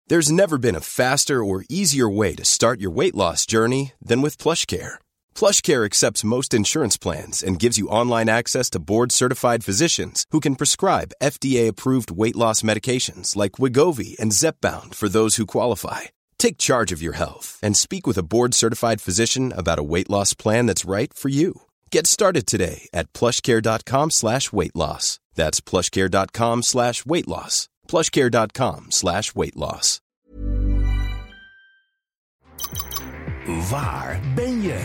There's never been a faster or easier way to start your weight loss journey than with PlushCare. PlushCare accepts most insurance plans and gives you online access to board-certified physicians who can prescribe FDA-approved weight loss medications like Wegovy and Zepbound for those who qualify. Take charge of your health and speak with a board-certified physician about a weight loss plan that's right for you. Get started today at plushcare.com/weightloss. That's plushcare.com/weightloss. plushcare.com/weightloss. Waar ben je?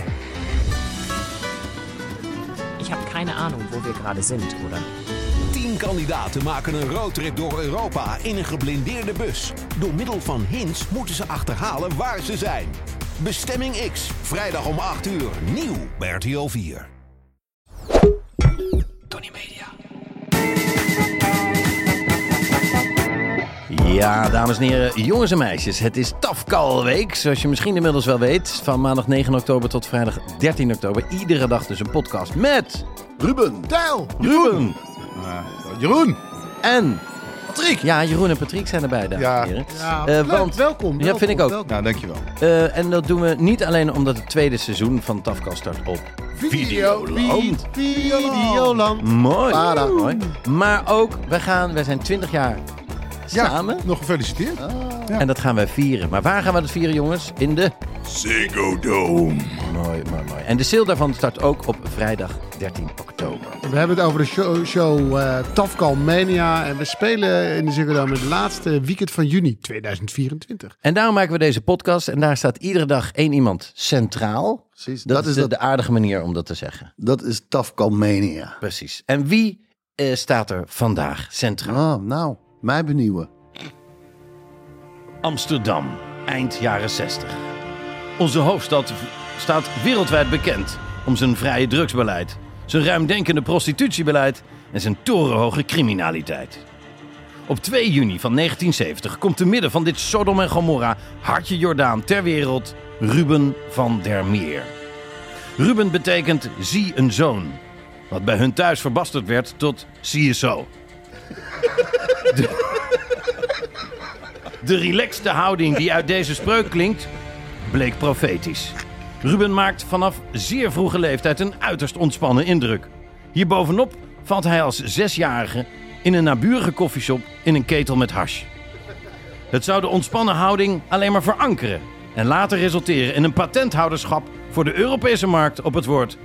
Ich habe keine Ahnung, wo wir gerade sind, oder? 10 kandidaten maken een roadtrip door Europa in een geblindeerde bus. Door middel van hints moeten ze achterhalen waar ze zijn. Bestemming X, vrijdag om 8 uur, nieuw bij RTL 4. Tony Media. Ja, dames en heren, jongens en meisjes. Het is Tafkalweek, zoals je misschien inmiddels wel weet. Van maandag 9 oktober tot vrijdag 13 oktober. Iedere dag dus een podcast met... Ruben. Tijl. Ruben. Jeroen. En... Patrick. Ja, Jeroen en Patrick zijn erbij, dames en heren. Ja, leuk, want, welkom. Ja, vind ik ook. Welkom. Nou, dankjewel. En dat doen we niet alleen omdat het tweede seizoen van Tafkal start op Videoland. Videoland. Mooi. Para. Mooi. Maar ook, wij zijn 20 jaar samen. Nog gefeliciteerd. Ja. En dat gaan wij vieren. Maar waar gaan we dat vieren, jongens? In de Ziggo Dome. Mooi. En de sale daarvan start ook op vrijdag 13 oktober. We hebben het over de show Tafkal Mania. En we spelen in de Ziggo Dome het laatste weekend van juni 2024. En daarom maken we deze podcast. En daar staat iedere dag 1 iemand centraal. Precies. Dat is de aardige manier om dat te zeggen. Dat is Tafkalmania. Precies. En wie staat er vandaag centraal? Oh, nou, mij benieuwen. Amsterdam, eind jaren 60. Onze hoofdstad staat wereldwijd bekend om zijn vrije drugsbeleid, zijn ruimdenkende prostitutiebeleid en zijn torenhoge criminaliteit. Op 2 juni van 1970 komt te midden van dit Sodom en Gomorra hartje Jordaan ter wereld Ruben van der Meer. Ruben betekent zie een zoon, wat bij hun thuis verbasterd werd tot zie je zo. De relaxte houding die uit deze spreuk klinkt, bleek profetisch. Ruben maakt vanaf zeer vroege leeftijd een uiterst ontspannen indruk. Hierbovenop valt hij als 6-jarige in een naburige koffieshop in een ketel met hash. Het zou de ontspannen houding alleen maar verankeren en later resulteren in een patenthouderschap voor de Europese markt op het woord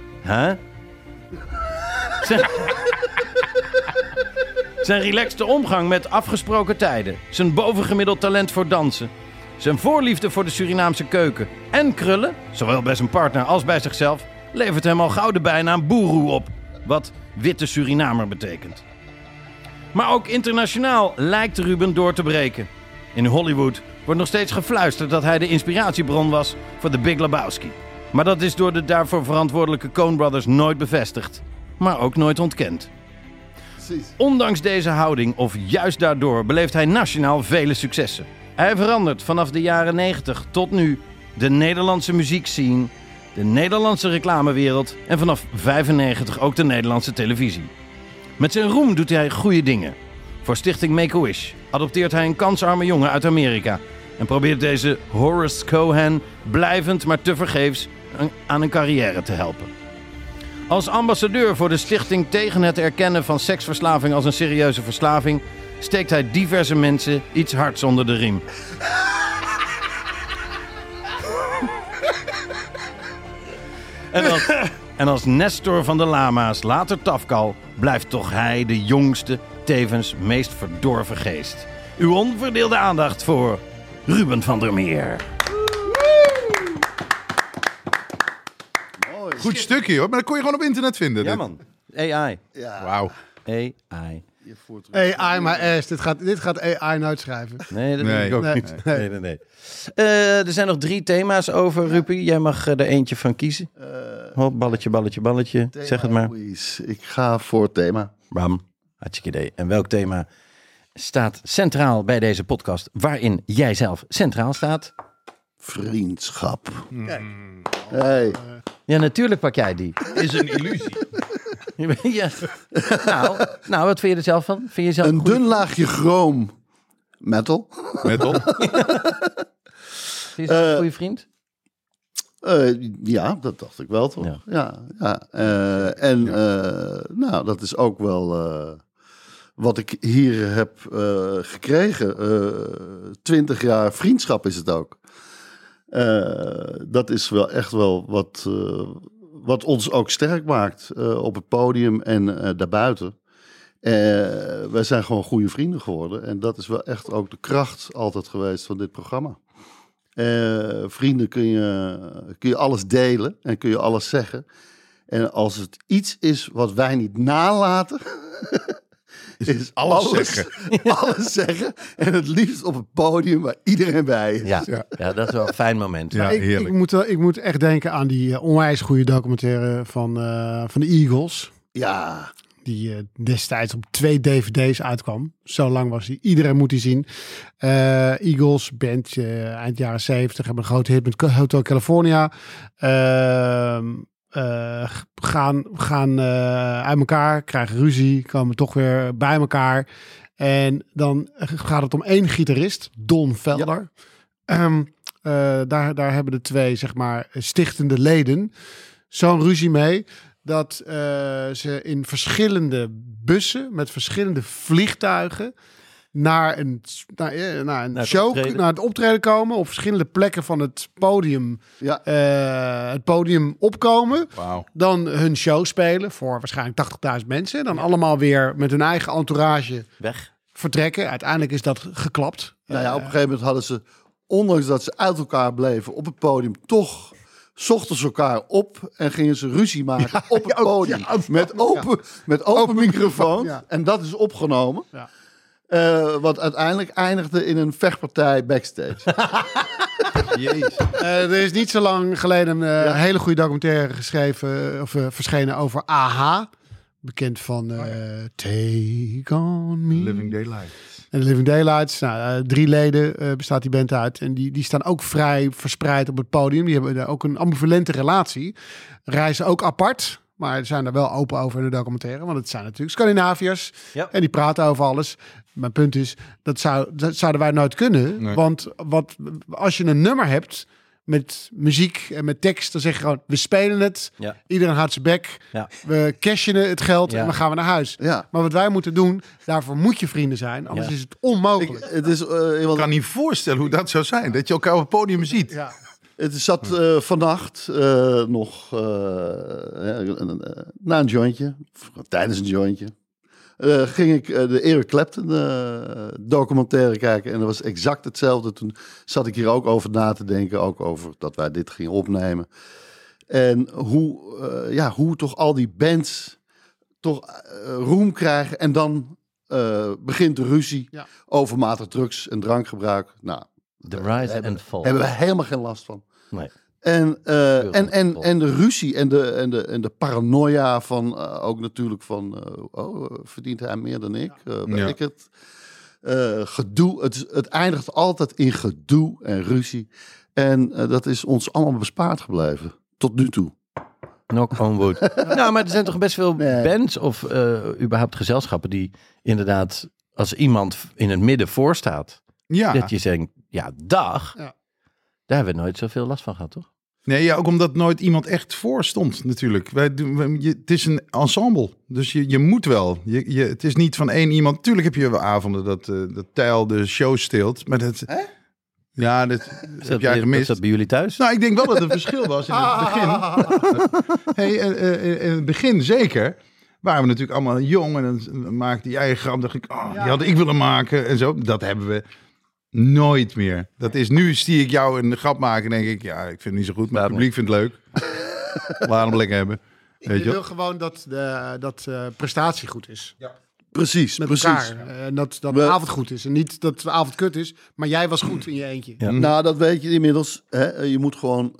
Zijn relaxte omgang met afgesproken tijden, zijn bovengemiddeld talent voor dansen, zijn voorliefde voor de Surinaamse keuken en krullen, zowel bij zijn partner als bij zichzelf, levert hem al gauw de bijnaam Boeroe op, wat witte Surinamer betekent. Maar ook internationaal lijkt Ruben door te breken. In Hollywood wordt nog steeds gefluisterd dat hij de inspiratiebron was voor The Big Lebowski. Maar dat is door de daarvoor verantwoordelijke Coen Brothers nooit bevestigd, maar ook nooit ontkend. Ondanks deze houding, of juist daardoor, beleeft hij nationaal vele successen. Hij verandert vanaf de jaren 90 tot nu de Nederlandse muziekscene, de Nederlandse reclamewereld en vanaf 95 ook de Nederlandse televisie. Met zijn roem doet hij goede dingen. Voor stichting Make-A-Wish adopteert hij een kansarme jongen uit Amerika en probeert deze Horace Cohan blijvend maar tevergeefs aan een carrière te helpen. Als ambassadeur voor de stichting tegen het erkennen van seksverslaving als een serieuze verslaving steekt hij diverse mensen iets hards onder de riem. En als Nestor van de Lama's, later Tafkal, blijft toch hij de jongste, tevens meest verdorven geest. Uw onverdeelde aandacht voor Ruben van der Meer. Goed stukje hoor, maar dat kon je gewoon op internet vinden. Ja man, AI. Ja. Wauw. AI. AI, maar dit gaat AI nooit schrijven. Nee, dat denk ik ook Nee. niet. Nee. Er zijn nog 3 thema's over, Ruppie. Jij mag er eentje van kiezen. Balletje. Zeg het maar. Quiz. Ik ga voor het thema. Bam. Hartstikke idee. En welk thema staat centraal bij deze podcast, waarin jij zelf centraal staat? Vriendschap. Kijk. Hey. Ja, natuurlijk pak jij die. Is een illusie. Ja. Nou, wat vind je er zelf van? Vind je zelf Een dun laagje chroom Metal. Is dat een goede vriend? Ja, dat dacht ik wel toch. Ja. Nou, dat is ook wel wat ik hier heb gekregen. 20 jaar vriendschap is het ook. Dat is wel echt wel wat ons ook sterk maakt op het podium en daarbuiten. Wij zijn gewoon goede vrienden geworden. En dat is wel echt ook de kracht altijd geweest van dit programma. Vrienden kun je alles delen en kun je alles zeggen. En als het iets is wat wij niet nalaten, is alles zeggen. En het liefst op het podium waar iedereen bij is. Ja, dat is wel een fijn moment. Ja, heerlijk. Ik moet echt denken aan die onwijs goede documentaire van de Eagles. Ja. Die destijds op 2 dvd's uitkwam. Zo lang was hij. Iedereen moet die zien. Eagles, band eind jaren 70. Hebben een grote hit met Hotel California. Gaan uit elkaar. Krijgen ruzie. Komen toch weer bij elkaar. En dan gaat het om 1 gitarist. Don Felder. Ja. Daar hebben de 2, zeg maar, stichtende leden zo'n ruzie mee dat ze in verschillende bussen met verschillende vliegtuigen naar een show, naar het optreden komen, op verschillende plekken van het podium, het podium opkomen, dan hun show spelen voor waarschijnlijk 80.000 mensen, dan allemaal weer met hun eigen entourage weg vertrekken. Uiteindelijk is dat geklapt. Op een gegeven moment hadden ze, ondanks dat ze uit elkaar bleven op het podium, toch zochten ze elkaar op en gingen ze ruzie maken op het podium. Met open microfoon. Ja. En dat is opgenomen. Ja. Wat uiteindelijk eindigde in een vechtpartij backstage. Jezus. Er is niet zo lang geleden een hele goede documentaire geschreven of verschenen over A.H. Bekend van Take On Me. Living Daylights. En de Living Daylights, 3 leden bestaat die band uit. En die staan ook vrij verspreid op het podium. Die hebben ook een ambivalente relatie. Reizen ook apart, maar zijn er wel open over in de documentaire. Want het zijn natuurlijk Scandinaviërs. Ja. En die praten over alles. Mijn punt is, dat zouden wij nooit kunnen. Nee. Want als je een nummer hebt met muziek en met tekst, dan zeg je gewoon, we spelen het. Ja. Iedereen houdt zijn bek. Ja. We cashen het geld en dan gaan we naar huis. Ja. Maar wat wij moeten doen, daarvoor moet je vrienden zijn. Anders is het onmogelijk. Ik kan niet voorstellen hoe dat zou zijn. Dat je elkaar op het podium ziet. Ja. Het zat vannacht nog na een jointje, tijdens een jointje, ging ik de Eric Clapton documentaire kijken. En dat was exact hetzelfde. Toen zat ik hier ook over na te denken. Ook over dat wij dit gingen opnemen. En hoe toch al die bands toch roem krijgen. En dan begint de ruzie overmatig drugs- en drankgebruik. Nou, the rise and fall. Hebben we helemaal geen last van. Nee. En de ruzie en de paranoia van ook natuurlijk van verdient hij meer dan ik? Ben ik het? Gedoe. Het eindigt altijd in gedoe en ruzie. En dat is ons allemaal bespaard gebleven. Tot nu toe. Knock on wood. Nou, maar er zijn toch best veel bands of überhaupt gezelschappen die inderdaad, als iemand in het midden voor staat, dat je zegt, dag. Ja. Daar hebben we nooit zoveel last van gehad, toch? Nee, ook omdat nooit iemand echt voor stond natuurlijk. Het is een ensemble, dus je moet wel. Het is niet van één iemand. Tuurlijk heb je wel avonden dat Tijl de show steelt. Maar dat... Hè? Ja, dat heb jij gemist. Is dat bij jullie thuis? Nou, ik denk wel dat er een verschil was in het begin. In het begin zeker. Waren we natuurlijk allemaal jong en dan maakte die eigen grap. Dacht ik, die had ik willen maken en zo. Dat hebben we nooit meer. Dat is nu, zie ik jou een grap maken en denk ik, ik vind het niet zo goed, maar het publiek vindt het leuk. Laat hem lekker hebben. Je wil gewoon dat prestatie goed is. Ja. Precies. En dat de avond goed is. En niet dat de avond kut is, maar jij was goed in je eentje. Ja. Nou, dat weet je inmiddels. Hè? Je moet gewoon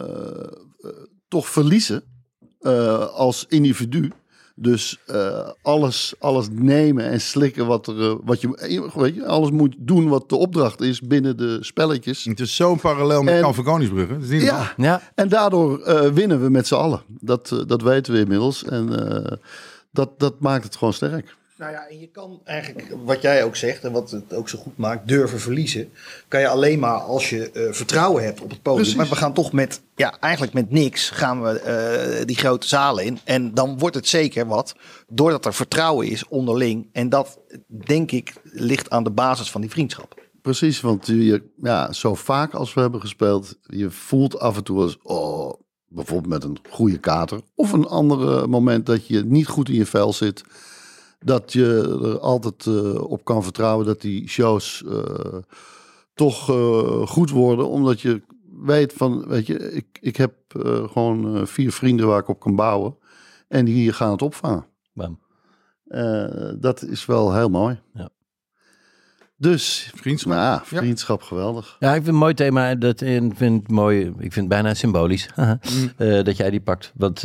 toch verliezen als individu. Dus alles nemen en slikken wat je alles moet doen wat de opdracht is binnen de spelletjes. Het is zo'n parallel met Kan van Koningsbrugge. En daardoor winnen we met z'n allen. Dat weten we inmiddels. En dat maakt het gewoon sterk. Nou ja, en je kan eigenlijk, wat jij ook zegt en wat het ook zo goed maakt, durven verliezen. Kan je alleen maar als je vertrouwen hebt op het podium. Precies. Maar we gaan toch eigenlijk met niks gaan we die grote zalen in. En dan wordt het zeker wat, doordat er vertrouwen is onderling. En dat, denk ik, ligt aan de basis van die vriendschap. Precies, want zo vaak als we hebben gespeeld, je voelt af en toe als, bijvoorbeeld met een goede kater. Of een ander moment dat je niet goed in je vel zit. Dat je er altijd op kan vertrouwen dat die shows toch goed worden. Omdat je weet van, ik heb gewoon 4 vrienden waar ik op kan bouwen. En die gaan het opvangen. Bam. Dat is wel heel mooi. Ja. Dus, Vriendschap. Vriendschap, geweldig. Ja, ik vind het een mooi thema. Ik vind het mooi. Ik vind het bijna symbolisch dat jij die pakt. Want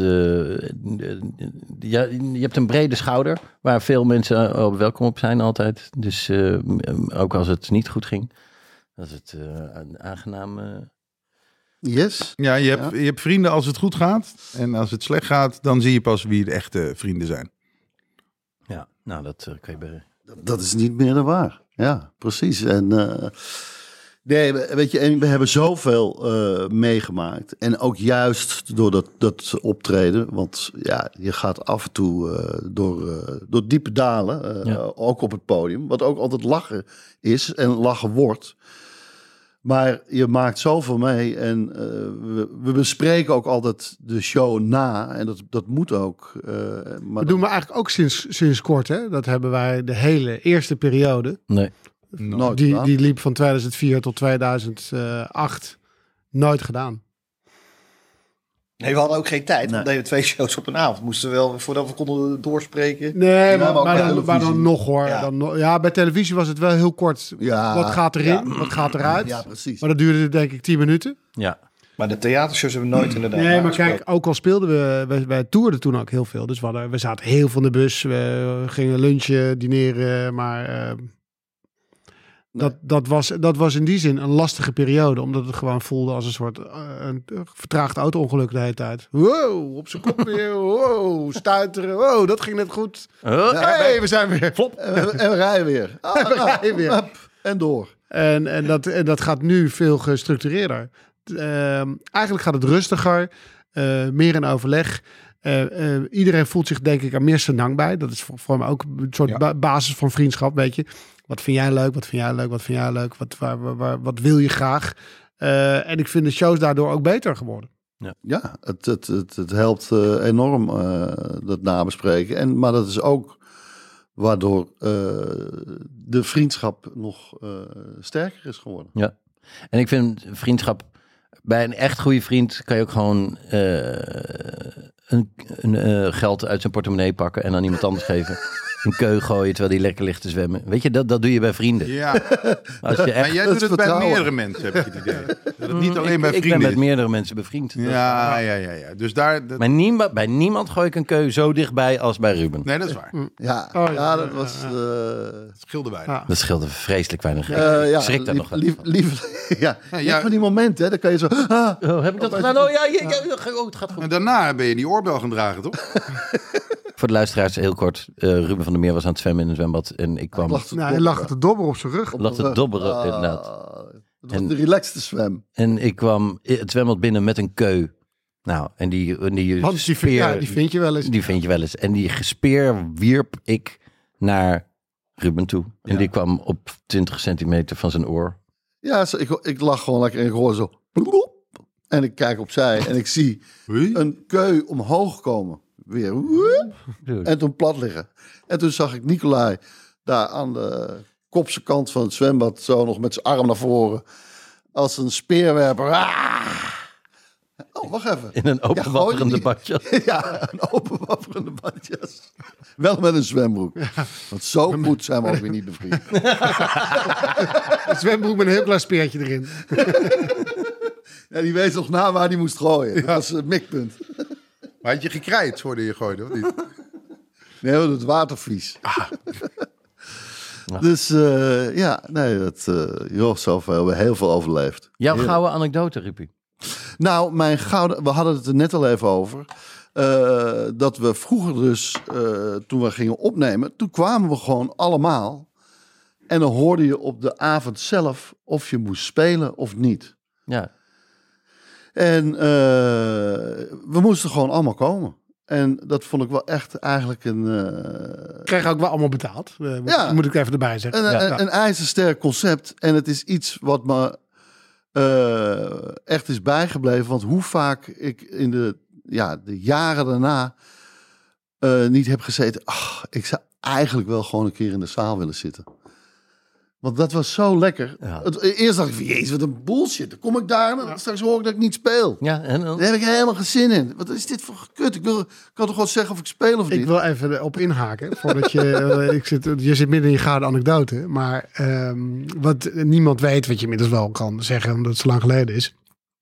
je hebt een brede schouder waar veel mensen welkom op zijn altijd. Dus ook als het niet goed ging, was het een aangenaam. Yes. Ja, je hebt vrienden als het goed gaat. En als het slecht gaat, dan zie je pas wie de echte vrienden zijn. Ja, nou dat kan je bij. Dat is niet meer dan waar. Ja, precies. En weet je, en we hebben zoveel meegemaakt. En ook juist door dat optreden. Want ja, je gaat af en toe door diepe dalen. Ook op het podium. Wat ook altijd lachen is en lachen wordt. Maar je maakt zoveel mee. En we bespreken ook altijd de show na. En dat moet ook. Dat doen we eigenlijk ook sinds kort. Hè? Dat hebben wij de hele eerste periode. Nee. Nooit Die liep van 2004 tot 2008. Nooit gedaan. Nee, we hadden ook geen tijd. We deden 2 shows op een avond. Moesten wel, voordat we konden doorspreken. Nee, maar ook bij maar dan nog hoor. Ja. Bij televisie was het wel heel kort. Ja. Wat gaat erin? Wat gaat eruit? Ja, precies. Maar dat duurde denk ik 10 minuten. Ja. Maar de theatershows hebben we nooit inderdaad. Nee, maar nagesproken. kijk, ook al speelden wij toerden toen ook heel veel. Dus we zaten heel veel in de bus. We gingen lunchen, dineren. Maar dat was in die zin een lastige periode. Omdat het gewoon voelde als een soort een vertraagd auto-ongeluk de hele tijd. Wow, op zijn kop weer. Wow, stuiteren. Wow, dat ging net goed. Hey, we zijn weer. Flop. En we rijden weer. We rijden weer. Hup, en door. En dat gaat nu veel gestructureerder. Eigenlijk gaat het rustiger. Meer in overleg. Iedereen voelt zich denk ik er meer senang bij. Dat is voor me ook een soort basis van vriendschap, weet je. Wat vind jij leuk? Wat vind jij leuk? Wat vind jij leuk? Wat wil je graag? En ik vind de shows daardoor ook beter geworden. Ja, het helpt enorm dat nabespreken. Maar dat is ook waardoor de vriendschap nog sterker is geworden. Ja. En ik vind vriendschap bij een echt goede vriend kan je ook gewoon geld uit zijn portemonnee pakken en aan iemand anders geven. Een keu gooien terwijl die lekker ligt te zwemmen. Weet je, dat doe je bij vrienden. Ja, Als je echt, maar jij doet het bij vertrouwen. meerdere mensen, heb ik het idee. Dat het niet alleen bij ik ben vrienden met meerdere mensen bevriend. Ja. Dus daar... Maar bij niemand gooi ik een keu zo dichtbij als bij Ruben. Nee, dat is waar. Ja, dat was... Het scheelde bijna. Ja. Dat scheelde vreselijk weinig. ja, Schrik daar nog wel. Ja, je hebt van die momenten, hè, dan kan je zo... Heb ik dat gedaan? Oh ja, het gaat goed. En daarna ben je die oorbel gaan dragen, toch? Voor de luisteraars heel kort. Ruben van der Meer was aan het zwemmen in een zwembad. En ik kwam... Hij lag te dobberen op zijn rug. lag te dobberen, inderdaad. Het was de relaxte zwem. En ik kwam het zwembad binnen met een keu. Nou, en die Want die speer... vind je wel eens. Die vind je wel eens. En die speer wierp ik naar Ruben toe. En die kwam op 20 centimeter van zijn oor. Ja, ik lag gewoon lekker en ik hoor zo... En ik kijk opzij en ik zie een keu omhoog komen. Weer. En toen plat liggen. En toen zag ik Nicolai daar aan de kopse kant van het zwembad zo nog met zijn arm naar voren. Als een speerwerper. Oh, wacht even. In een openwapperende badjas. Ja, een openwapperende badjas. Wel met een zwembroek. Want zo goed zijn we ook weer niet bevriend. Een zwembroek met een heel klein speertje erin. Ja, die weet nog na waar die moest gooien. Dat was het mikpunt. Maar had je gekrijt voordat je gooide, of niet? Nee, het watervlies. Dus zoveel hebben we heel veel overleefd. Jouw gouden anekdote, Rupi. Nou, we hadden het er net al even over. dat we vroeger dus, toen we gingen opnemen, toen kwamen we gewoon allemaal. En dan hoorde je op de avond zelf of je moest spelen of niet. Ja. En we moesten gewoon allemaal komen. En dat vond ik wel echt eigenlijk een... Kregen ook wel allemaal betaald. Moet ik even erbij zeggen. Een ijzersterk concept. En het is iets wat me echt is bijgebleven. Want hoe vaak ik in de jaren daarna niet heb gezeten. Ik zou eigenlijk wel gewoon een keer in de zaal willen zitten. Want dat was zo lekker. Ja. Eerst dacht ik van, jezus, wat een bullshit. Dan kom ik daar en straks hoor ik dat ik niet speel. Ja, en dan... Daar heb ik helemaal geen zin in. Wat is dit voor gekut? Ik kan toch gewoon zeggen of ik speel of niet? Ik wil even op inhaken. Voordat je je zit midden in je gouden anekdote. Maar wat niemand weet, wat je inmiddels wel kan zeggen, omdat het zo lang geleden is.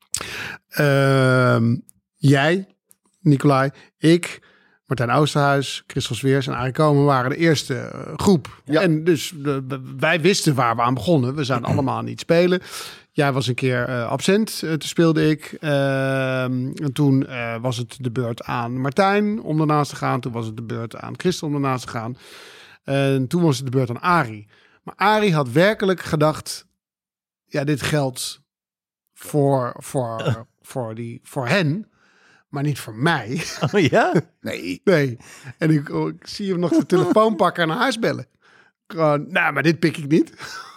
Jij, Nicolai, ik... Martijn Oosterhuis, Christel Sweers en Arie Komen waren de eerste groep. Ja. En dus wij wisten waar we aan begonnen. We zouden allemaal niet spelen. Jij was een keer absent, toen speelde ik. En toen was het de beurt aan Martijn om ernaast te gaan. Toen was het de beurt aan Christel om ernaast te gaan. En toen was het de beurt aan Arie. Maar Arie had werkelijk gedacht, ja, dit geldt voor hen... Maar niet voor mij. Oh ja? Nee. En ik zie hem nog de telefoon pakken en naar huis bellen. Gewoon, maar dit pik ik niet.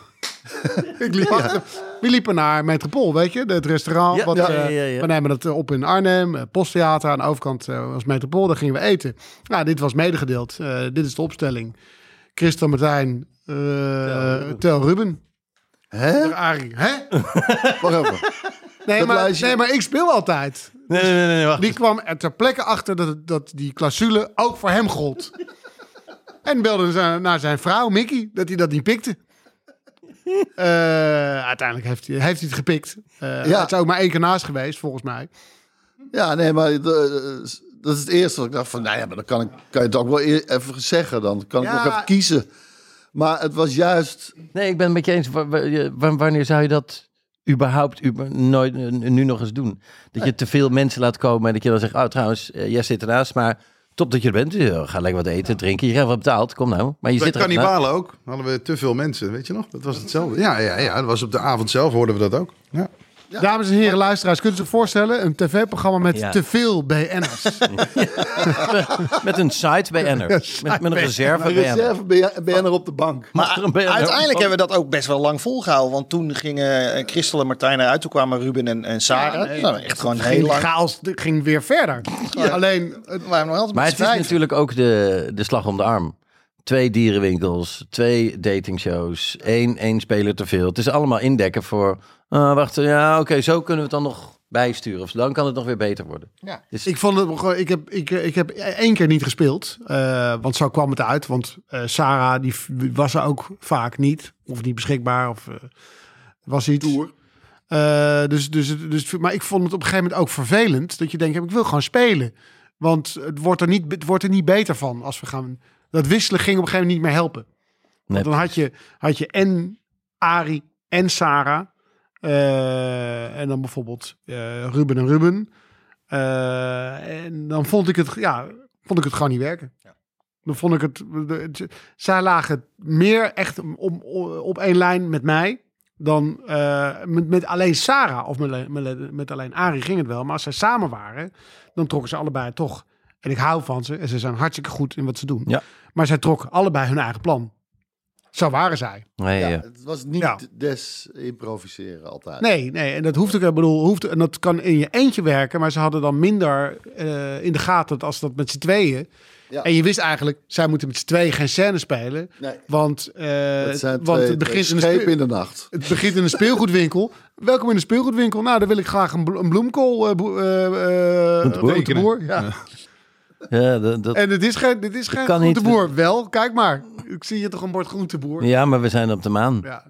We liepen naar Metropool, weet je? Het restaurant. We nemen dat op in Arnhem. Posttheater. Aan de overkant was Metropool. Daar gingen we eten. Nou, dit was medegedeeld. Dit is de opstelling. Christel, Martijn, Tel Ruben. Hè? Arie. Hè? Wacht even. Nee, maar ik speel altijd. Nee, wacht. Die kwam er ter plekke achter dat die clausule ook voor hem gold. En belde naar zijn vrouw, Mickey, dat hij dat niet pikte. Uiteindelijk heeft hij het gepikt. Het is ook maar 1 keer naast geweest, volgens mij. Ja, nee, maar dat is het eerste wat ik dacht van... Nou ja, maar dan kan je het ook wel even zeggen. Dan kan ik nog even kiezen. Maar het was juist... Nee, ik ben het met je eens. Wanneer zou je dat... überhaupt nooit nu nog eens doen. Dat je te veel mensen laat komen en dat je dan zegt, trouwens, jij zit ernaast, maar top dat je er bent. Ga lekker wat eten, drinken. Je krijgt wat betaald, kom nou. Maar je zit er kannibalen ook. Hadden we te veel mensen, weet je nog? Dat was hetzelfde. Ja, dat was op de avond zelf, hoorden we dat ook. Ja. Ja. Dames en heren, luisteraars, kunt u zich voorstellen? Een tv-programma met te veel BN'ers. Met een site BN'er. Met een reserve BN'er. Een reserve BN'er op de bank. Maar uiteindelijk hebben we dat ook best wel lang volgehouden. Want toen gingen Christel en Martijn eruit. Toen kwamen Ruben en Sarah. Echt gewoon heel lang. Chaos ging weer verder. Ja. Alleen, maar het is natuurlijk ook de slag om de arm. 2 dierenwinkels, 2 datingshows, 1 speler te veel. Het is allemaal indekken voor... oké, zo kunnen we het dan nog bijsturen. Of dan kan het nog weer beter worden. Ja. Dus... Ik vond het ik heb 1 keer niet gespeeld. Want zo kwam het uit. Want Sarah, die was er ook vaak niet. Of niet beschikbaar. Of was iets. Maar ik vond het op een gegeven moment ook vervelend. Dat je denkt, ik wil gewoon spelen. Want het wordt er niet beter van als we gaan... Dat wisselen ging op een gegeven moment niet meer helpen. Want dan had je en Arie en Sarah. En dan bijvoorbeeld Ruben en Ruben. En dan vond ik het gewoon niet werken. Ja. Dan vond ik het... Zij lagen meer echt op 1 lijn met mij... dan met alleen Sarah of met alleen Arie ging het wel. Maar als zij samen waren, dan trokken ze allebei toch... En ik hou van ze. En ze zijn hartstikke goed in wat ze doen. Ja. Maar zij trokken allebei hun eigen plan. Zo waren zij. Het was niet des improviseren altijd. Nee. En dat hoeft ook. En dat kan in je eentje werken. Maar ze hadden dan minder in de gaten als dat met z'n tweeën. Ja. En je wist eigenlijk, zij moeten met z'n tweeën geen scène spelen. Nee. Want het begint in de nacht. Het begint in een speelgoedwinkel. Welkom in de speelgoedwinkel. Nou, dan wil ik graag een bloemkool. Boer. Ja. Ja, en dit is geen groenteboer. Wel, kijk maar. Ik zie hier toch een bord groenteboer. Ja, maar we zijn op de maan. Ja,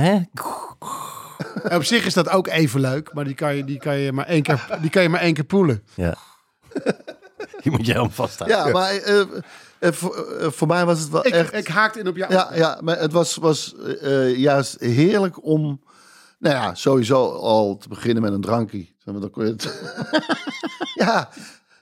op zich is dat ook even leuk, maar die kan je maar 1 keer poelen. Ja. Die moet je helemaal vasthouden. Ja, maar voor mij was het wel echt... Ik haakte in op jou. Ja, maar het was juist heerlijk om... Nou ja, sowieso al te beginnen met een drankje. Dan kon je het... Ja...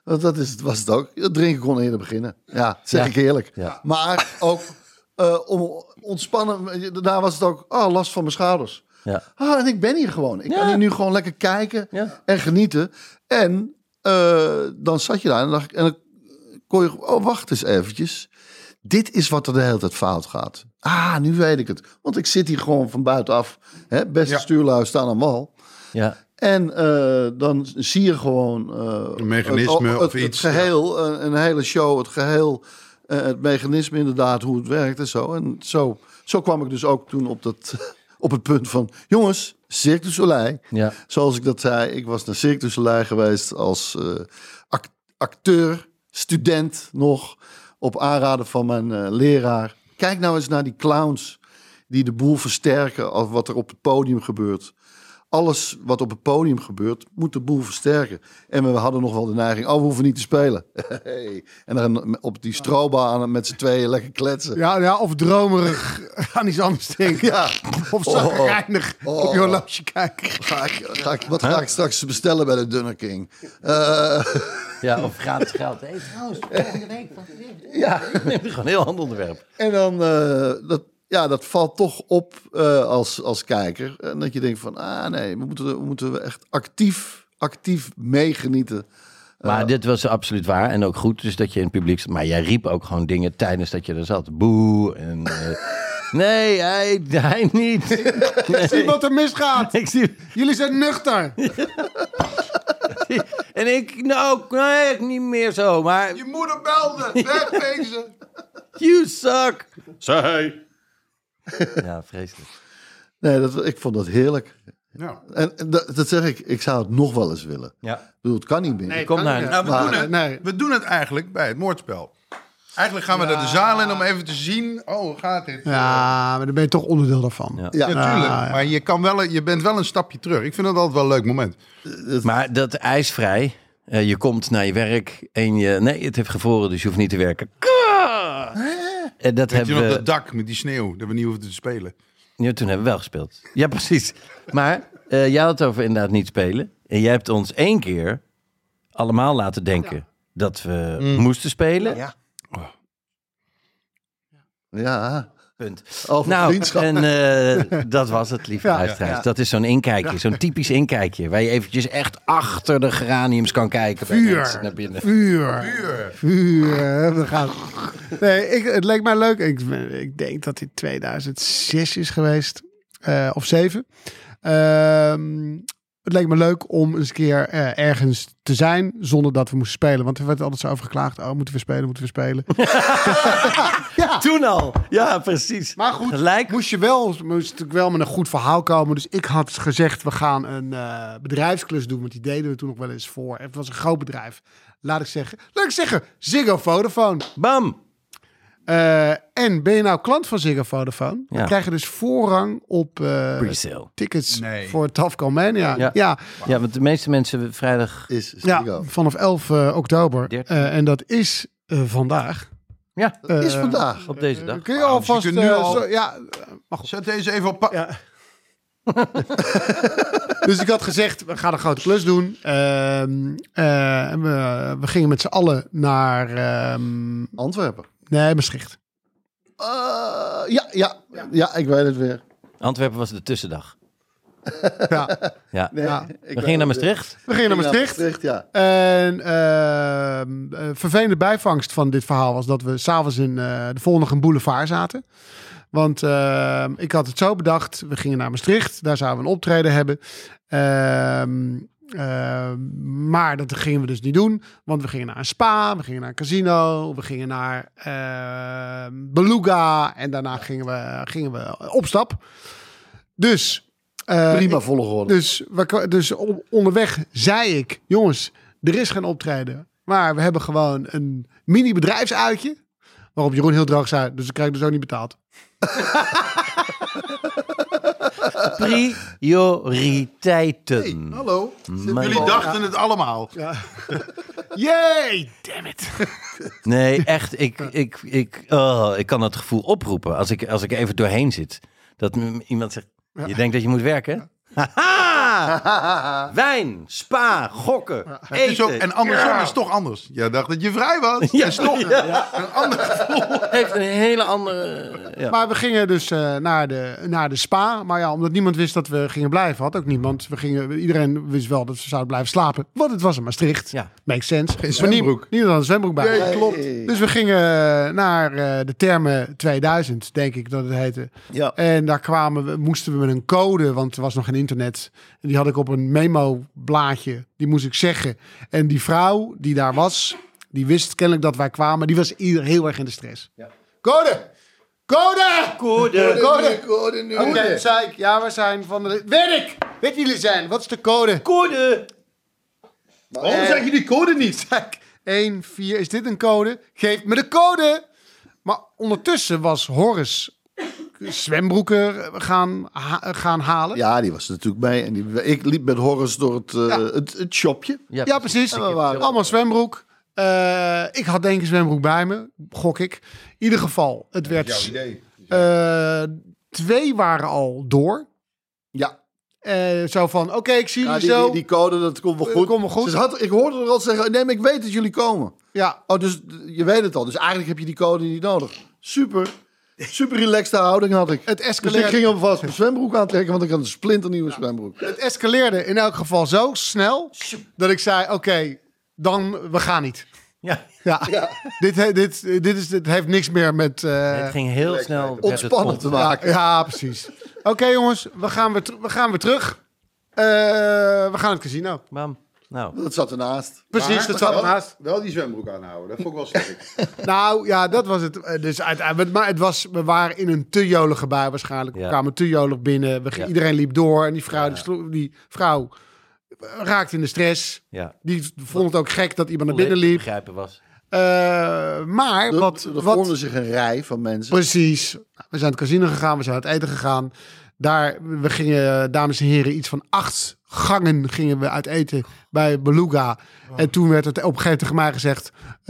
Want was het ook. Dat drinken kon eerder beginnen. Ja, dat zeg ik eerlijk. Ja. Maar ook om ontspannen. Daarna was het ook last van mijn schouders. Ja. En ik ben hier gewoon. Ik kan hier nu gewoon lekker kijken en genieten. En dan zat je daar en dacht ik... En dan kon je... wacht eens eventjes. Dit is wat er de hele tijd fout gaat. Nu weet ik het. Want ik zit hier gewoon van buitenaf. Hè, beste stuurlui staan aan wal. Ja. En dan zie je gewoon... een mechanisme of iets. Het geheel, een hele show, het geheel... het mechanisme inderdaad, hoe het werkt en zo. En zo kwam ik dus ook toen op het punt van... Jongens, Cirque du Soleil. Ja. Zoals ik dat zei, ik was naar Cirque du Soleil geweest als acteur, student nog... op aanraden van mijn leraar. Kijk nou eens naar die clowns die de boel versterken... als wat er op het podium gebeurt. Alles wat op het podium gebeurt, moet de boel versterken. En we hadden nog wel de neiging, we hoeven niet te spelen. En dan op die strobaan met z'n tweeën lekker kletsen. Ja, of dromerig aan iets anders denken. Ja. Of zagrijnig op je horloge kijken. Wat ga ik straks bestellen bij de Dunner King? Ja, of gratis geld. Hey, trouwens, volgende week. Ja, gewoon een heel ander onderwerp. En dan, dat valt toch op als kijker. En dat je denkt van, nee, we moeten echt actief meegenieten. Maar dit was absoluut waar en ook goed. Dus dat je in het publiek zat. Maar jij riep ook gewoon dingen tijdens dat je er zat. Boe en... nee, hij niet. Ik zie wat er misgaat. Jullie zijn nuchter. En ik, nee, niet meer zo. Maar Je moeder belde. Wegwezen. you suck. Zij. Ja, vreselijk. Nee, ik vond dat heerlijk. Ja. En dat zeg ik zou het nog wel eens willen. Ja. Ik bedoel, het kan niet meer. Nee, Kom kan naar niet. We doen het eigenlijk bij het moordspel. Eigenlijk gaan we naar de zaal in om even te zien... hoe gaat dit? Ja, maar dan ben je toch onderdeel daarvan. Ja. Ja. Natuurlijk, maar je bent wel een stapje terug. Ik vind dat altijd wel een leuk moment. Maar dat ijsvrij. Je komt naar je werk en nee, het heeft gevroren, dus je hoeft niet te werken. En dat Weet je hebben nog we... dat dak met die sneeuw, dat we niet hoeven te spelen. Ja, toen hebben we wel gespeeld. Ja, precies. Maar jij had het over inderdaad niet spelen. En jij hebt ons 1 keer allemaal laten denken dat we moesten spelen. Ja. Ja. Punt. Over vriendschap. En dat was het, lieve luisteraars. ja. Dat is zo'n inkijkje, zo'n typisch inkijkje. Waar je eventjes echt achter de geraniums kan kijken. Bij mensen naar binnen. Vuur. We gaan. Nee, het leek mij leuk. Ik denk dat dit 2006 is geweest. Of 7. Het leek me leuk om eens een keer ergens te zijn zonder dat we moesten spelen. Want er werd altijd zo over geklaagd. Moeten we spelen? Ja. Toen al. Ja, precies. Maar goed, Gelijk. moest natuurlijk wel met een goed verhaal komen. Dus ik had gezegd, we gaan een bedrijfsklus doen. Want die deden we toen nog wel eens voor. Het was een groot bedrijf. Laat ik zeggen, Ziggo Vodafone. Bam. En ben je nou klant van Ziggo Vodafone? Ja. Dan krijg je dus voorrang op Pre-sale. tickets Nee. voor Tafco Mania. Ja. Ja, want de meeste mensen vrijdag... Is Ja, Ziggo. vanaf 11 oktober. 13. En dat is vandaag. Ja, Is vandaag. op deze dag. Kun je alvast... je kunt nu al- mag op. Zet deze even op. Ja. Dus ik had gezegd, we gaan een grote klus doen. En we gingen met z'n allen naar Antwerpen. Maastricht. Ja, ik weet het weer. Antwerpen was de tussendag. Ja. Ja. Nee, Ja. ik We gingen naar Maastricht. We gingen naar Maastricht. Ja. En vervelende bijvangst van dit verhaal was dat we s'avonds in de volgende boulevard zaten. Want ik had het zo bedacht. We gingen naar Maastricht. Daar zouden we een optreden hebben. Maar dat gingen we dus niet doen. Want we gingen naar een spa. We gingen naar een casino. We gingen naar Beluga. En daarna gingen we op stap. Dus... Prima volgorde. Dus onderweg zei ik... Jongens, er is geen optreden. Maar we hebben gewoon een mini bedrijfsuitje. Waarop Jeroen heel droog zei... Dus ik krijg dus ook niet betaald. Prioriteiten. Hallo. Maar- Jullie dachten het allemaal. Yay! Damn it. Nee, echt. Ik kan het gevoel oproepen als ik even doorheen zit. Dat iemand zegt, je denkt dat je moet werken? Haha! Ja! Wijn, spa, gokken, Het is ook, eten. en andersom is het toch anders. Jij dacht dat je vrij was. Ja, toch een ander gevoel. Heeft een hele andere... Ja. Maar we gingen dus naar de spa. Maar ja, omdat niemand wist dat we gingen blijven, had ook niemand. Iedereen wist wel dat we zouden blijven slapen. Want het was in Maastricht. Ja. Makes sense. Geen zwembroek. Niemand had een zwembroek bij. Nee, klopt. Dus we gingen naar de Therme 2000, denk ik dat het heette. Ja. En daar moesten we met een code, want er was nog geen internet. En die had ik op een memo-blaadje. Die moest ik zeggen. En die vrouw die daar was, die wist kennelijk dat wij kwamen. Die was heel erg in de stress. Ja. Code! Oké, zei ik. Ja, we zijn van de... Weet ik! Weet jullie zijn? Wat is de code? Code! Waarom zeg je die code niet? Zei ik, 1, 4, is dit een code? Geef me de code! Maar ondertussen was Horace zwembroeken gaan halen. Ja, die was er natuurlijk bij. En ik liep met Horace door het shopje. Ja, precies. En we waren Allemaal zwembroek. Ik had denk ik een zwembroek bij me, gok ik. In ieder geval, het werd... Jouw idee. 2 waren al door. Ja. Zo van, oké, ik zie jullie zo. Die code, dat komt wel goed. Komt wel goed. Ik hoorde er al zeggen, nee, maar ik weet dat jullie komen. Ja. Oh, dus je weet het al. Dus eigenlijk heb je die code niet nodig. Super relaxed houding had ik. Het Dus escaleerde. ik ging alvast mijn zwembroek aantrekken, want ik had een splinternieuwe zwembroek. Het escaleerde in elk geval zo snel dat ik zei, oké, dan we gaan niet. Ja. Ja. Dit heeft niks meer met Het ging heel snel. Ontspannen te maken. ja, precies. Oké, jongens, we gaan weer terug. We gaan het casino. Mam. Nou. Dat zat ernaast. Precies, Maar dat zat ernaast. Wel die zwembroek aanhouden. Dat vond ik wel sterk. Nou ja, dat was het. Dus uiteindelijk, maar we waren in een te jolige bui waarschijnlijk. We Ja. kwamen te jolig binnen. Iedereen liep door en die vrouw raakte in de stress. Ja. Die vond het ook gek dat iemand naar binnen liep. Begrijpen was. Maar Er vormde zich een rij van mensen. Precies. We zijn het casino gegaan, we zijn het eten gegaan. We gingen, dames en heren, iets van 8 gangen gingen we uit eten bij Beluga. En toen werd het op een gegeven moment tegen mij gezegd,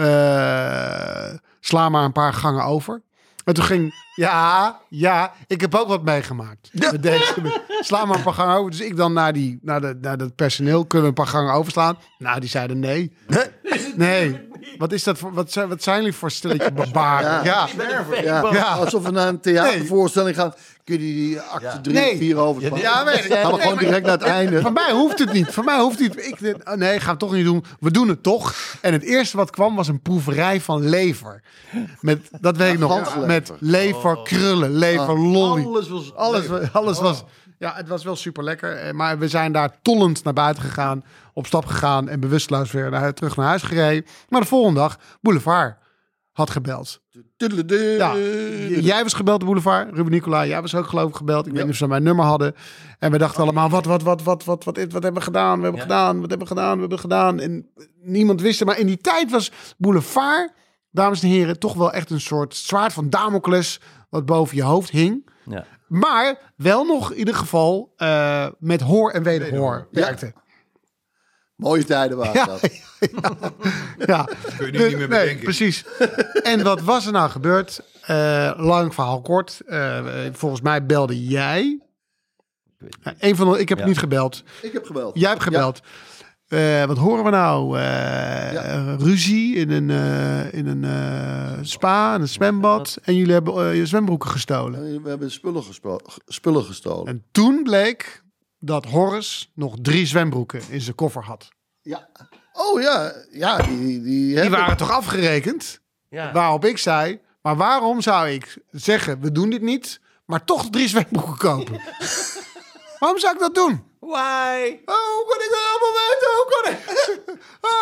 sla maar een paar gangen over. En toen ging, ja, ik heb ook wat meegemaakt. Sla maar een paar gangen over. Dus ik dan naar het personeel, kunnen we een paar gangen overslaan? Nou, die zeiden nee. Nee. Wat is dat voor, wat zijn jullie voor stelletje barbaren? Ja. Alsof we naar een theatervoorstelling gaan. Kun je die acte 3 en 4 overslaan? Ja, weet ik. Gaan we gewoon direct naar het einde. Van mij hoeft het niet. Nee, gaan we toch niet doen. We doen het toch. En het eerste wat kwam was een proeverij van lever. Dat weet ik nog. Ganslever. Met lever, krullen, lever, lolly. Alles was... Ja, het was wel super lekker. Maar we zijn daar tollend naar buiten gegaan. Op stap gegaan en bewusteloos weer terug naar huis gereden. Maar de volgende dag, Boulevard had gebeld. Ja, jij was gebeld, de Boulevard. Ruben Nicolai, jij was ook geloof ik gebeld. Ik weet niet of ze mijn nummer hadden. En we dachten allemaal, wat hebben we gedaan? We hebben gedaan. En niemand wist het. Maar in die tijd was Boulevard, dames en heren, toch wel echt een soort zwaard van Damocles wat boven je hoofd hing. Ja. Maar wel nog in ieder geval met hoor en wederhoor werkte. Mooie tijden waren dat. Dat kun je nu niet meer bedenken. Precies. En wat was er nou gebeurd? Lang verhaal kort. Volgens mij belde jij. Ik heb niet gebeld. Ik heb gebeld. Jij hebt gebeld. Wat horen we nou? Ruzie in een spa, een zwembad. En jullie hebben je zwembroeken gestolen. We hebben spullen gestolen. En toen bleek dat Horace nog 3 zwembroeken in zijn koffer had. Ja. Oh ja. Ja, Die waren toch afgerekend? Ja. Waarop ik zei, maar waarom zou ik zeggen, we doen dit niet, maar toch 3 zwembroeken kopen? Waarom zou ik dat doen? Why? Oh, hoe kan ik dat allemaal weten? Hoe kan ik?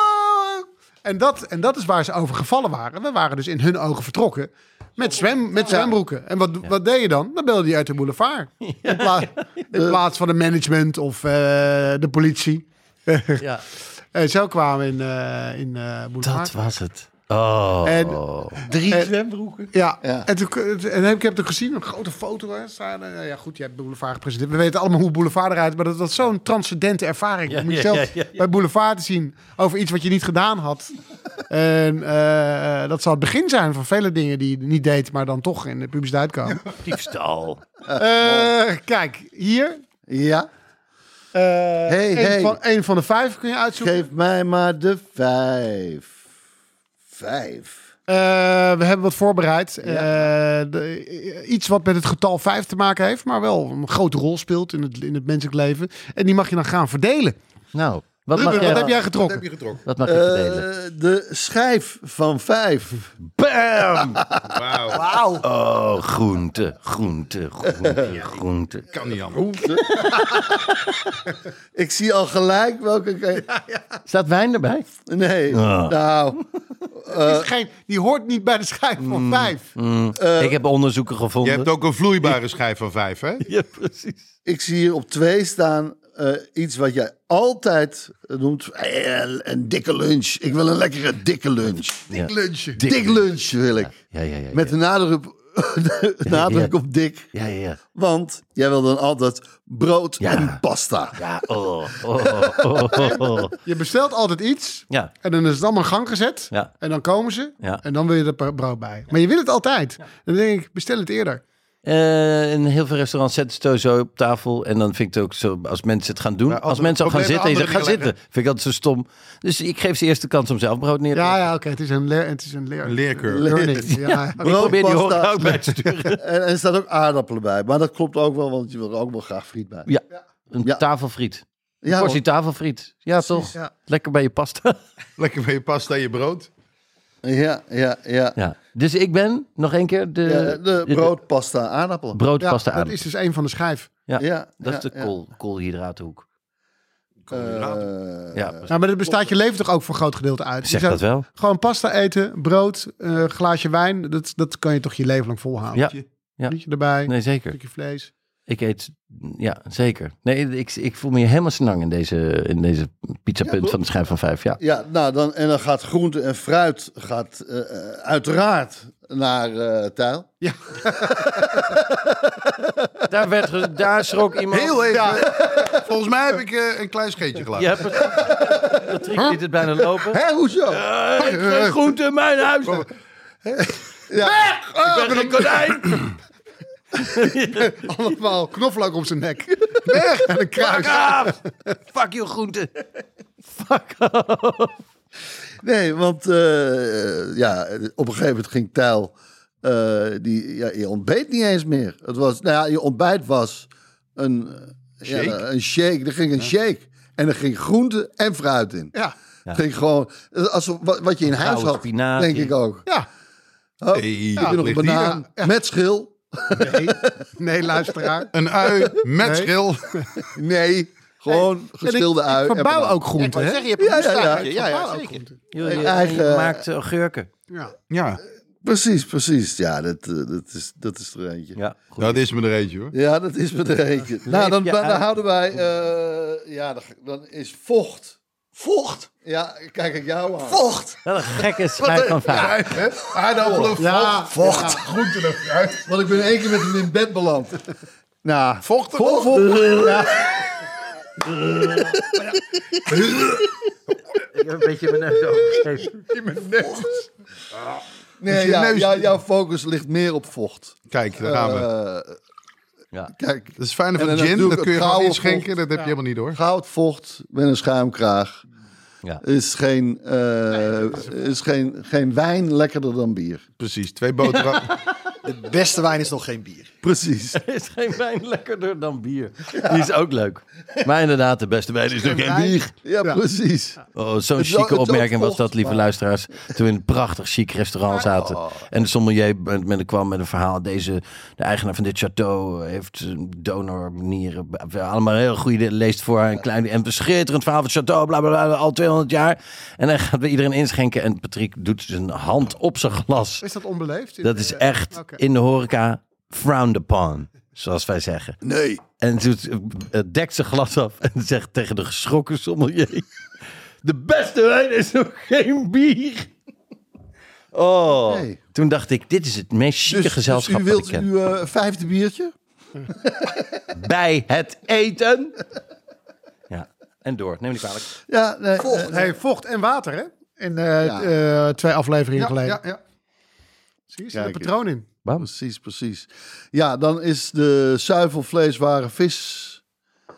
Oh. En dat is waar ze over gevallen waren. We waren dus in hun ogen vertrokken met zwembroeken. En wat deed je dan? Dan belde je uit de Boulevard. In plaats van de management of de politie. Ja. En zo kwamen we in Boulevard. Dat was het. Oh. En 3 zwembroeken. Ja, Ja. En ik heb het gezien, een grote foto. Hè. Ja, goed, je hebt Boulevard gepresenteerd. We weten allemaal hoe Boulevard eruit, maar dat was zo'n transcendente ervaring. Om jezelf bij Boulevard te zien over iets wat je niet gedaan had. En dat zal het begin zijn van vele dingen die je niet deed, maar dan toch in de publiciteit komen. Diefstal. Kijk, hier. Ja. Een van de 5 kun je uitzoeken. Geef mij maar de 5. 5. We hebben wat voorbereid. Iets wat met het getal 5 te maken heeft, maar wel een grote rol speelt in het menselijk leven. En die mag je dan gaan verdelen. Nou, Ruben, wat heb jij getrokken? Wat mag je verdelen? De schijf van 5. Bam! Wauw. Oh, groente. Kan niet anders. Ik zie al gelijk welke... Staat wijn erbij? Nee, nou... Die hoort niet bij de schijf van 5. Ik heb onderzoeken Je gevonden. hebt ook een vloeibare schijf van 5, hè? Ja, precies. Ik zie hier op 2 staan iets wat jij altijd noemt. Een dikke lunch. Ik wil een lekkere dikke lunch. Dik lunch wil ik. Ja. Met de nadruk op dik. Ja. Want jij wil dan altijd brood Ja. en pasta. Ja, Je bestelt altijd iets. Ja. En dan is het allemaal in gang gezet. Ja. En dan komen ze. Ja. En dan wil je er brood bij. Maar je wil het altijd. Dan denk ik, bestel het eerder. In heel veel restaurants zetten ze het zo op tafel. En dan vind ik het ook zo, als mensen het gaan doen. Ja, als mensen al gaan problemen zitten en je zegt, ga andere zitten. Vind ik altijd zo stom. Dus ik geef ze eerst de kans om zelf brood neer te leggen. Ja, oké. Het is een leercurve. learning. Ja. Ik probeer die horeca pasta. ook bij te sturen. En er staat ook aardappelen bij. Maar dat klopt ook wel, want je wil er ook wel graag friet bij. Ja, een Ja. tafelfriet. Een Ja, portie tafelfriet. Ja, toch? ja. Lekker bij je pasta. Lekker bij je pasta en je brood. Ja. Ja. Dus ik ben, nog één keer, De brood, pasta, aardappelen. brood, Ja, pasta, dat aardappelen. is dus een van de schijf. Ja, Ja, dat is de ja. koolhydratenhoek. Ja, precies. Nou, maar dat bestaat je leven toch ook voor een groot gedeelte uit? Zeg Je zou dat wel. Gewoon pasta eten, brood, glaasje wijn. Dat kan je toch je leven lang volhouden. Ja. Ja. Frietje erbij, Nee, een zeker. stukje vlees. Ik eet, ja, zeker. Nee, ik voel me hier helemaal snang in deze pizzapunt van de schijf van 5. Ja. Ja, nou dan gaat groente en fruit uiteraard naar Tijl. Daar schrok iemand. Heel even. Volgens mij heb ik een klein scheetje gelaten. Je hebt Patrick liet het bijna lopen. Hé, hoezo? Geen groente in mijn huis. Ja. Ik ben geen konijn. Allemaal knoflook op zijn nek. Weg! En een kruis. Fuck off. Fuck you groente. Fuck off. Nee, want op een gegeven moment ging Tijl... je ontbeet niet eens meer. Het was, je ontbijt was een Shake? een shake. Er ging een shake. En er ging groente en fruit in. Ja. Het ging gewoon... Wat je in huis Gouden had, spinazie. denk ik ook. Ja. Oh, Hey, heb je nog een ligt banaan hier. met schil? Nee, luisteraar. Een ui met Nee. schil. Nee, gewoon geschilde ui. Ik en verbouw banaan. ook groenten, hè? je hebt een Ja, moestuintje. ja. Ja, zeker. Je Eigen- maakt augurken. Ja. Ja, Precies. Ja, dat is er eentje. Ja, goed. dat is me er eentje hoor. Ja, dat is met er eentje. Nou, dan je uit. houden wij... dan is vocht. Vocht? Ja, kijk ik jou aan. Vocht! Wat een gekke schijf van 5. Aardappelen, Ja. Vocht. groenten en fruit. Want ik ben 1 keer met hem in bed beland. Nou, Vocht. Ja. Ik heb een beetje mijn neus overgegeven. Nee, jouw focus ligt meer op vocht. Kijk, daar gaan we. Kijk, Dat is fijn en van dan gin. natuurlijk Dat kun je het gewoon gouden inschenken. vocht. Dat heb je helemaal niet door. goud vocht met een schuimkraag Ja. is geen wijn lekkerder dan bier. Precies, 2 boterhammen. De beste wijn is nog geen bier. Precies. Is geen wijn lekkerder dan bier? Die is ook leuk. Maar inderdaad, de beste wijn is nog geen bier. Ja, precies. Oh, zo'n Het is chique ook opmerking was vocht, dat, lieve maar- luisteraars. Toen we in een prachtig chic restaurant zaten. En de sommelier kwam met een verhaal. De eigenaar van dit château heeft donornieren. Allemaal heel goede, leest voor haar een klein en schitterend verhaal van het château. Bla, bla, bla, al 200 jaar. En hij gaat bij iedereen inschenken. En Patrick doet zijn hand op zijn glas. Is dat onbeleefd? Dat is echt Oké. in de horeca frowned upon. Zoals wij zeggen. Nee. En dekt zijn glas af en zegt tegen de geschrokken sommelier: de beste wijn is nog geen bier. Oh, Nee. toen dacht ik, dit is het meest chique gezelschap u dat ik wilt ken. uw 5e biertje? Bij het eten. Ja, en door. Neem niet kwalijk. Ja, nee. Hey, vocht en water, hè? In 2 afleveringen geleden. Ja. Zie je, zit er Kijk, patroon in. Bam. Precies. Ja, dan is de zuivelvleeswaren vis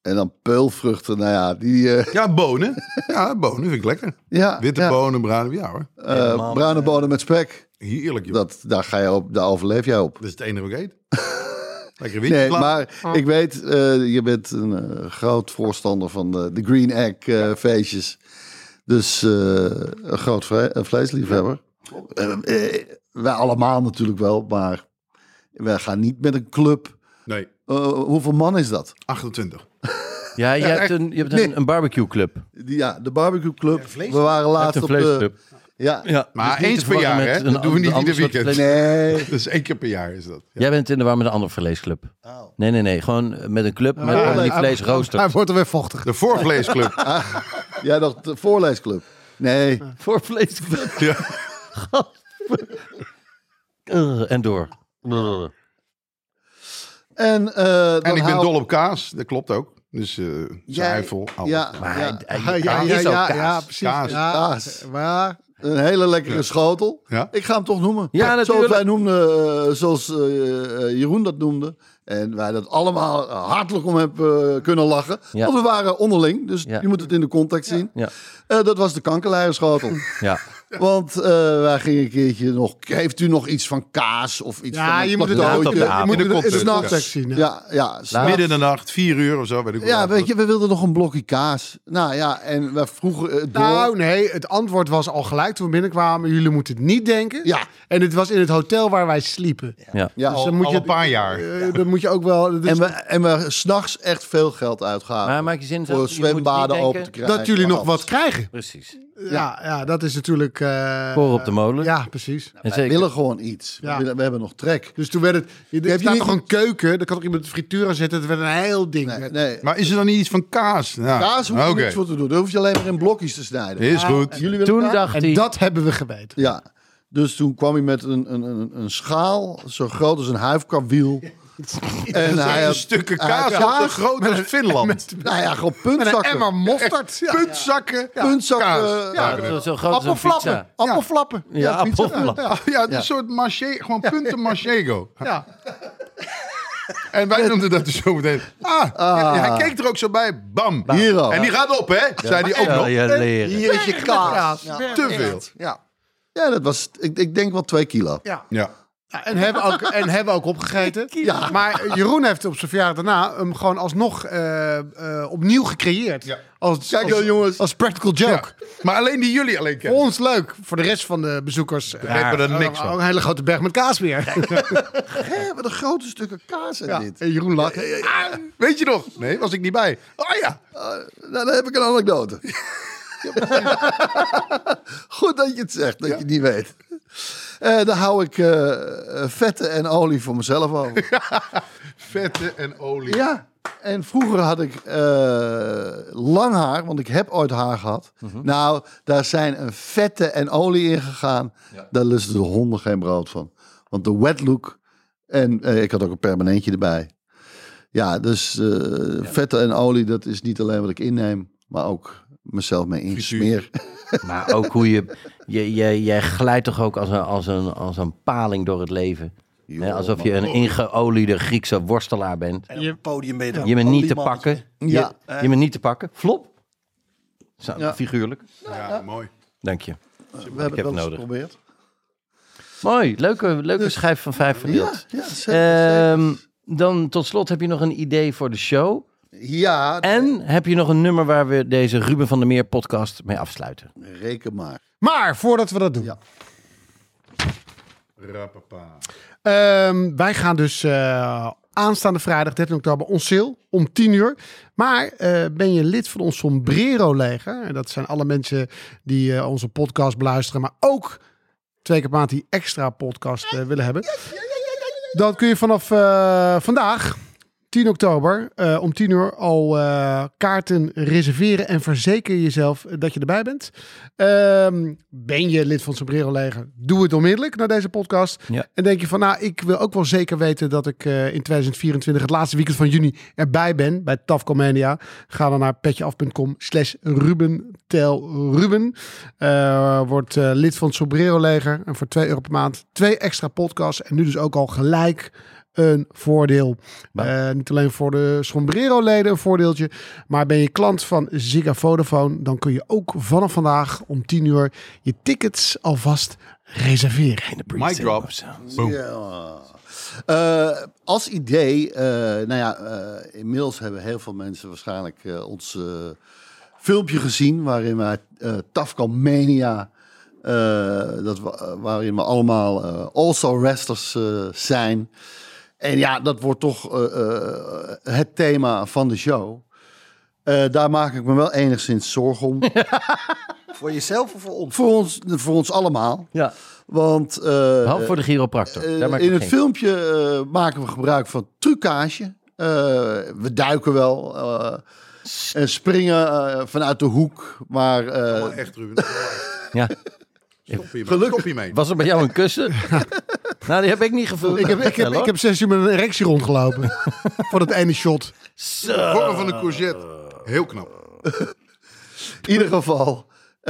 En dan peulvruchten, nou ja, die... Ja, bonen. Ja, bonen vind ik lekker. ja, Witte ja. bonen, bruine, ja hoor. Bruine bonen met spek. Heerlijk, joh. Daar overleef jij op. Dat is het enige wat ik eet. Lekker witje. Nee, klaar. maar ik weet, je bent een groot voorstander van de Green Egg feestjes. Dus een groot vleesliefhebber. Wij allemaal natuurlijk wel, maar wij gaan niet met een club. Nee, Hoeveel man is dat? 28. Ja, je hebt een barbecue club. De barbecue club. We waren laatst Een op vleesclub. Ja. Maar Dus niet eens te per jaar, verwarren hè? met Dat doen we niet ander ieder soort weekend. vlees. Nee. Dat is 1 keer per jaar is dat. Ja. Jij bent in de war met een andere vleesclub. Oh. Nee. Gewoon met een club met die vleesrooster. Hij wordt er weer vochtig. De voorvleesclub. Jij dacht de voorleesclub. Nee. Voor vleesclub. Ja. En door. En En ik ben dol op kaas. Dat klopt ook. Dus zuivel, alles. Ja, Maar ja. hij is ook kaas. Ja, precies. Kaas. Ja, Kaas. maar Een hele lekkere schotel. Ja. Ik ga hem toch noemen. Ja, Zoals natuurlijk. wij noemden, zoals Jeroen dat noemde. En wij dat allemaal hartelijk om hebben kunnen lachen. Ja. Want we waren onderling, dus Ja. je moet het in de context zien. Ja. Dat was de kankerleierschotel. Ja. Want wij gingen een keertje nog... Heeft u nog iets van kaas of iets van een je moet het plateautje? op de avond. in de context, context zien. Ja. Ja. Midden in de nacht, 4 uur of zo. Weet ik wel. Ja, weet je, we wilden nog een blokje kaas. Nou ja, en wij vroegen door. Nou, nee, het antwoord was al gelijk toen we binnenkwamen. Jullie moeten het niet denken. Ja. En het was in het hotel waar wij sliepen. Ja. Ja. Dus dan moet al je, een paar jaar. dan moet je ook wel... Dus En we s'nachts echt veel geld uitgaven. Maar maak je zin voor zwembaden open te krijgen. dat jullie nog Alles. wat krijgen. Precies. Ja, dat is natuurlijk... Koren op de molen. Ja, precies. En We zeker. willen gewoon iets. Ja. We hebben nog trek. Dus toen werd het... Er je staat niet- nog een keuken. Daar kan ook iemand de frituur aan zetten. Het werd een heel ding. Nee. Maar is er dan niet iets van kaas? Ja. Kaas hoef je Oké. niks voor te doen. Daar hoef je alleen maar in blokjes te snijden. Is goed. Jullie willen Toen kaas? dacht En hij... dat hebben we geweten. Ja. Dus toen kwam hij met een schaal zo groot als een huifkarwiel. En hij Een had stukken hij kaas had zo groot als Finland. nou ja, gewoon Met een puntzakken. emmer mosterd. Ja. Puntzakken. Puntzakken. Kaas. Ja, zo groot als een Appelflappen. pizza. Appelflappen. Ja, appelflap. Ja, het is een soort maché, gewoon punten machego. Ja. En wij noemden dat dus zo meteen. Hij keek er ook zo bij. Bam. Hier al. En die gaat op, hè? Zei hij ook nog. Ja, leren. Hier is je kaas. Ja. Te veel. Ja, dat was, ik denk wel 2 kilo. Ja. Ja. Ja, en hebben we ook opgegeten. Ja. Maar Jeroen heeft op zijn verjaardag daarna hem gewoon alsnog opnieuw gecreëerd. Ja. Kijk dan, jongens. Als practical joke. Ja. Maar alleen die jullie alleen Voor kennen. ons leuk. Voor de rest van de bezoekers. Begrijpen er niks Een van. hele grote berg met kaas weer. Hé, wat een grote stukken kaas in Ja. dit. En Jeroen lacht. Weet je nog? Nee, was ik niet bij. Oh ja. Nou, dan heb ik een anekdote. Goed dat je het zegt, dat je het niet weet. Dan hou ik vetten en olie voor mezelf over. Vetten en olie. Ja, en vroeger had ik lang haar, want ik heb ooit haar gehad. Nou, daar zijn een vetten en olie in gegaan. Daar lusten de honden geen brood van. Want de wet look, en ik had ook een permanentje erbij. Ja, dus vetten en olie, dat is niet alleen wat ik inneem, maar ook mezelf mee insmeer. Maar ook hoe jij glijdt toch ook als een paling door het leven. Hè, alsof je een ingeoliede Griekse worstelaar bent. En op het podium ben je dan Je bent niet te olieman. pakken. Ja. Je bent niet te pakken. Flop. Zo, Ja. figuurlijk. Ja, mooi. Dank je. We hebben heb het wel eens nodig. geprobeerd. Mooi. Leuke schijf van 5 verdeeld. Ja, zeker. Dan tot slot heb je nog een idee voor de show. Ja, En heb je nog een nummer waar we deze Ruben van der Meer podcast mee afsluiten? reken maar. Maar voordat we dat doen. Ja. Rapapa. Wij gaan dus aanstaande vrijdag 13 oktober on sale om 10 uur. Maar ben je lid van ons Sombrero-leger? En dat zijn alle mensen die onze podcast beluisteren, maar ook 2 keer per maand die extra podcast willen hebben. Dan kun je vanaf vandaag, 10 oktober, om 10 uur al kaarten reserveren en verzeker jezelf dat je erbij bent. Ben je lid van het Sombrero Leger? Doe het onmiddellijk naar deze podcast. Ja. En denk je van, nou, ik wil ook wel zeker weten dat ik in 2024, het laatste weekend van juni, erbij ben bij Tafcomania. Ga dan naar petjeaf.com/RubenTelRuben. Word lid van het Sombrero Leger. En voor €2 per maand 2 extra podcasts. En nu dus ook al gelijk een voordeel. Niet alleen voor de Sombrero-leden een voordeeltje. Maar ben je klant van Ziggo Vodafone, dan kun je ook vanaf vandaag om 10 uur je tickets alvast reserveren. Mic drop. Boom. Ja. Als idee, inmiddels hebben heel veel mensen waarschijnlijk ons filmpje gezien waarin wij Tafkan Mania, waarin we allemaal all-star wrestlers zijn. En ja, dat wordt toch het thema van de show. Daar maak ik me wel enigszins zorgen om. Voor jezelf of voor ons? Voor ons allemaal. Ja. Want Behalve voor de chiropractor. Daar maak ik in het geen- filmpje maken we gebruik van trucage. We duiken wel en springen vanuit de hoek. Maar Echt, Ruben. Ja. Stop hiermee. Was er bij jou een kussen? Nou, die heb ik niet gevoeld. Ik heb 6 uur met een erectie rondgelopen. Voor dat ene shot. De vorm van een courgette. Heel knap. in ieder geval,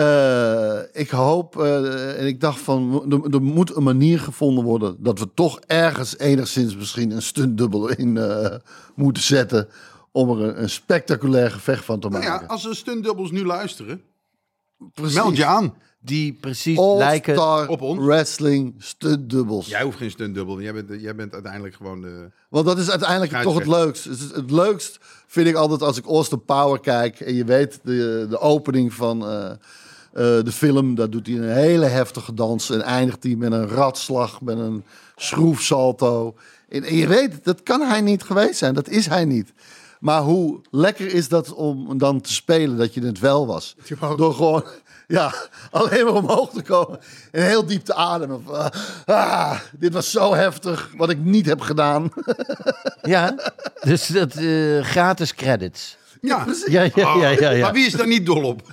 ik hoop en ik dacht van, er moet een manier gevonden worden dat we toch ergens enigszins misschien een stuntdubbel in moeten zetten om er een spectaculair gevecht van te Nou maken. ja, als de stuntdubbels nu luisteren, Precies. meld je aan. Die precies lijken... All-Star op ons. Wrestling stuntdubbels. Jij hoeft geen stuntdubbel. Jij bent uiteindelijk gewoon de... Want dat is uiteindelijk toch het leukst. Het leukst vind ik altijd als ik Austin Power kijk. En je weet de opening van de film. Daar doet hij een hele heftige dans. En eindigt hij met een ratslag, met een schroefsalto. En je weet, dat kan hij niet geweest zijn. Dat is hij niet. Maar hoe lekker is dat om dan te spelen dat je het wel was. Door gewoon... Ja, alleen maar omhoog te komen en heel diep te ademen. Dit was zo heftig, wat ik niet heb gedaan. Ja, dus dat gratis credits. Ja. Ja. Maar wie is daar niet dol op?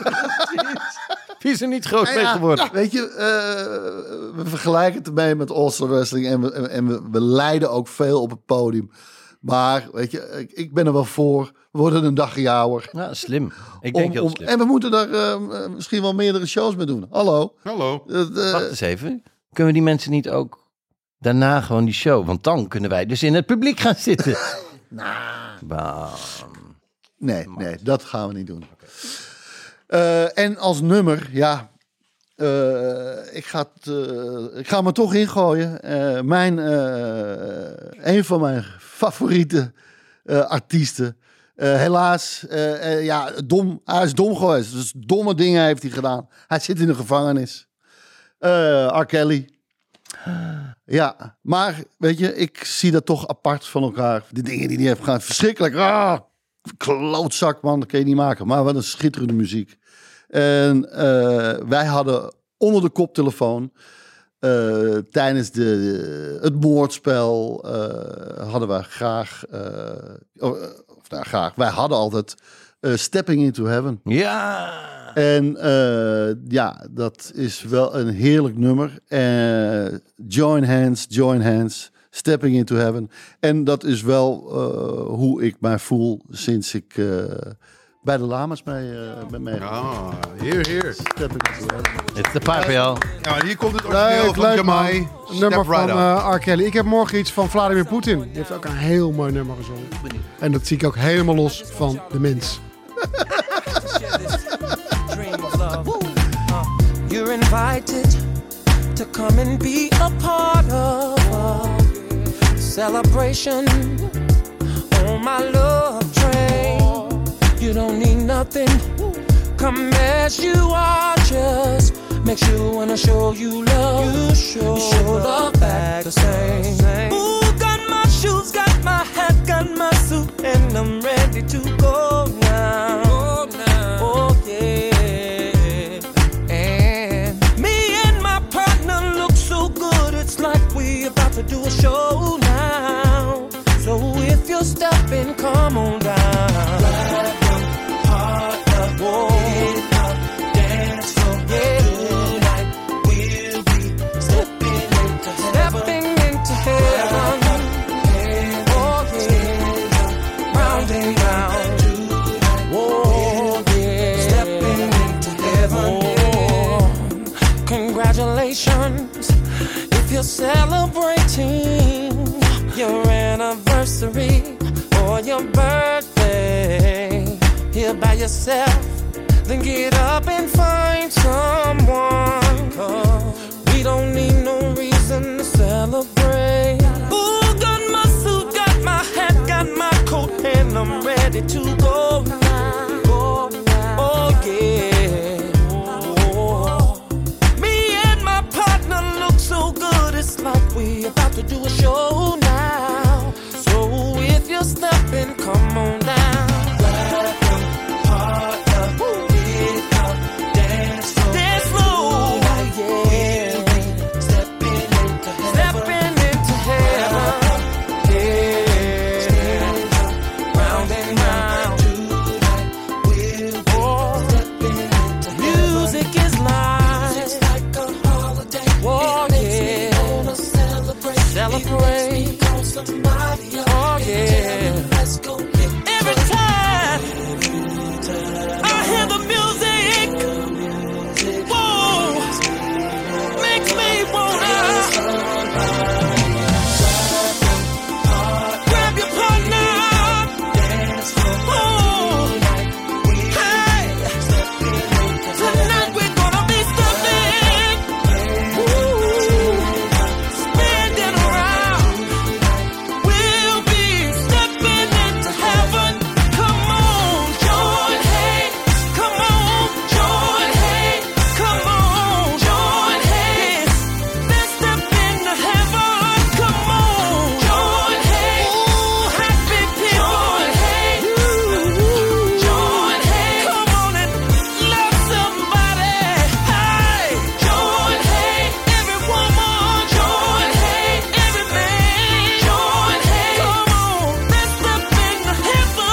Wie is er niet groot mee geworden? Weet je, we vergelijken het ermee met All-Star Wrestling en we lijden ook veel op het podium. Maar weet je, ik ben er wel voor. We worden een dagje ouder. Ja, slim. Ik denk heel slim. En we moeten daar misschien wel meerdere shows mee doen. Hallo. Wacht eens even. Kunnen we die mensen niet ook daarna gewoon die show? Want dan kunnen wij dus in het publiek gaan zitten. Bam. Nee, dat gaan we niet doen. En als nummer, ja... ik ga me toch ingooien. Een van mijn favoriete artiesten. Helaas, dom. Hij is dom geweest. Dus domme dingen heeft hij gedaan. Hij zit in de gevangenis. R. Kelly. Ja, maar weet je, ik zie dat toch apart van elkaar. De dingen die hij heeft gedaan, verschrikkelijk. Klootzak, man, dat kun je niet maken. Maar wat een schitterende muziek. En wij hadden onder de koptelefoon tijdens het moordspel hadden wij graag, wij hadden altijd Stepping Into Heaven. Ja. En dat is wel een heerlijk nummer. Join hands, Stepping Into Heaven. En dat is wel hoe ik mij voel sinds ik bij de Lama's ben meegegaan. Heer. Stepping Into Heaven. Het is de papel. Ja, hier komt het origineel van leuk, Jamai. Een nummer Step right van up. R. Kelly. Ik heb morgen iets van Vladimir Poetin. Die heeft ook een heel mooi nummer gezongen. En dat zie ik ook helemaal los van de mens. Dream of love. You're invited to come and be a part of a celebration on my love train. You don't need nothing. Come as you are, just makes you wanna show you love. You show love back the same. Ooh, got my shoes, got my hat, got my suit, and I'm ready to go now. Oh yeah. And me and my partner look so good, it's like we about to do a show now. So if you're stepping, come on down. Congratulations, if you're celebrating your anniversary or your birthday, here by yourself, then get up and find someone. 'Cause we don't need no reason to celebrate. Ooh, got my suit, got my hat, got my coat, and I'm ready to go now. Oh yeah. Oh. Me and my partner look so good, it's like we about to do a show now. So if you're stepping, come on down. Grab your partner, pick up, dance slow. Dance slow, yeah. Stepping into heaven. Yeah. Round and round. Oh, music is life. It's like a holiday. Oh, yeah. Celebrate. Oh, yeah. Every time I hear the music, whoa, makes me wanna grab your partner. Oh, hey, tonight we're gonna be stepping, spinning around. We'll be stepping into heaven. Come on, join hands. Come on, join hands. Come on, join hands. Let's step into heaven. Come on, join hands. Ooh, happy people. Join hands. Join hands. Come on and love somebody. Hey, join hands. Every woman, join hands. Every man, join hands. Come on, let's step into heaven.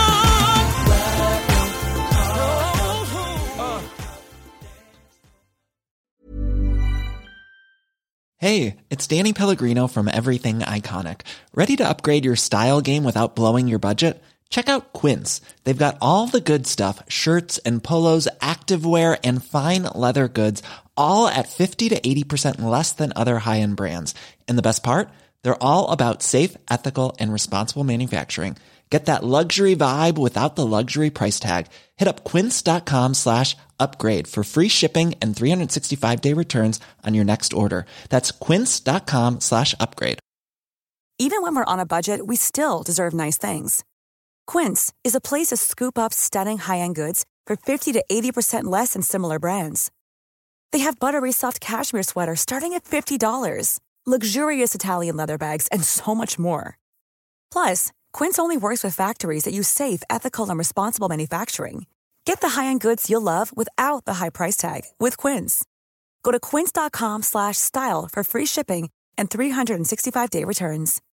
Hey, it's Danny Pellegrino from Everything Iconic. Ready to upgrade your style game without blowing your budget? Check out Quince. They've got all the good stuff, shirts and polos, activewear, and fine leather goods, all at 50 to 80% less than other high-end brands. And the best part? They're all about safe, ethical, and responsible manufacturing. Get that luxury vibe without the luxury price tag. Hit up quince.com/upgrade for free shipping and 365-day returns on your next order. That's quince.com/upgrade. Even when we're on a budget, we still deserve nice things. Quince is a place to scoop up stunning high-end goods for 50 to 80% less than similar brands. They have buttery soft cashmere sweaters starting at $50, luxurious Italian leather bags, and so much more. Plus, Quince only works with factories that use safe, ethical, and responsible manufacturing. Get the high-end goods you'll love without the high price tag with Quince. Go to quince.com/style for free shipping and 365-day returns.